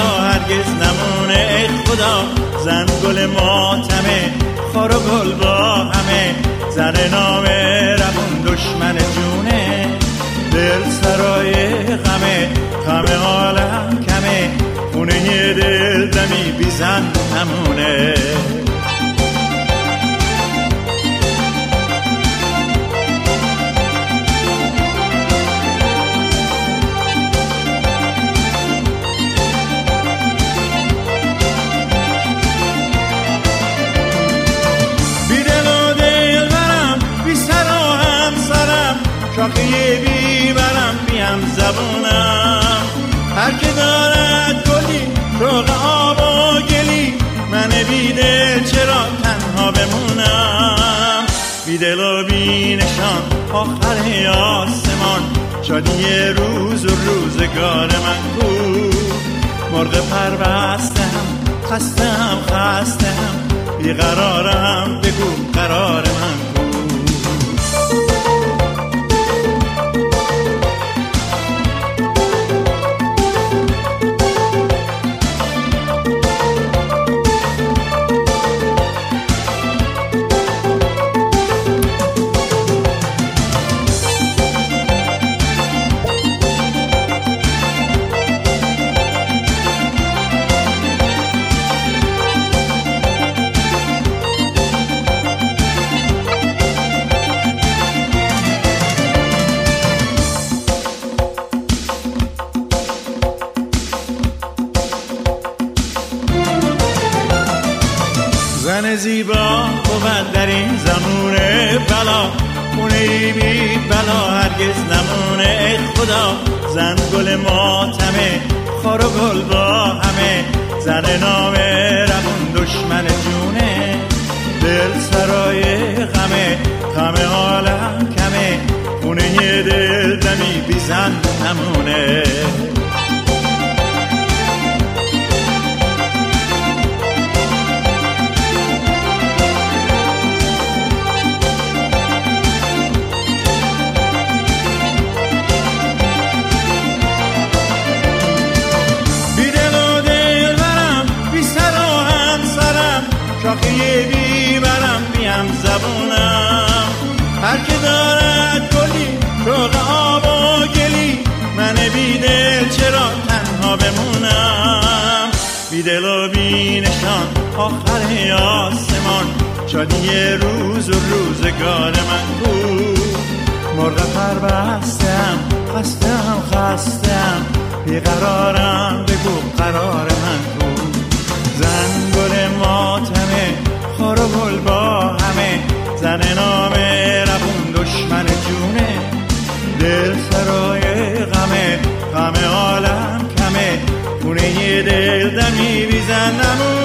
بلا هرگز نمونه. ای خدا زن گل ماتمه، خار و گل با همه، زن نامه روون دشمن جونه. دل سرای غمه، غم عالم کمه، خونه دل دمی بی زن نمونه. شاخه بیبرم بیم زبونم، هر که دارد گلی روغ آب و گلی، من بیدل چرا تنها بمونم. بیدل و بی نشان آخر آسمان، شادی روز و روزگار من کو. مرغ پر بستم خستم بیقرارم، بگو قرار من کو. زن زیبا بود در این زمونه بلا، خونه بی بلا هرگز نمونه. ای خدا زن گل ماتمه، خار و گل با همه، زن نامه روون دشمن جونه. دل سرای غمه، غم عالم کمه، خونه دل دمی بی زن نمونه. شاخه بیبرم بیم زبونم، هر که دارد گلی روغ آب و گلی، من بیدل چرا تنها بمونم. بیدل و بی نشان آخر آسمان، شادی روز و روزگار من کو. مرغ پر بستم خستم بیقرارم، بگو قرار من کو. زن گل ماتمه، خار و گل با همه، زن نامه روون دشمن جونه. دل سرای غمه، غم عالم کمه، خونه دل دمی بی زن نمونه.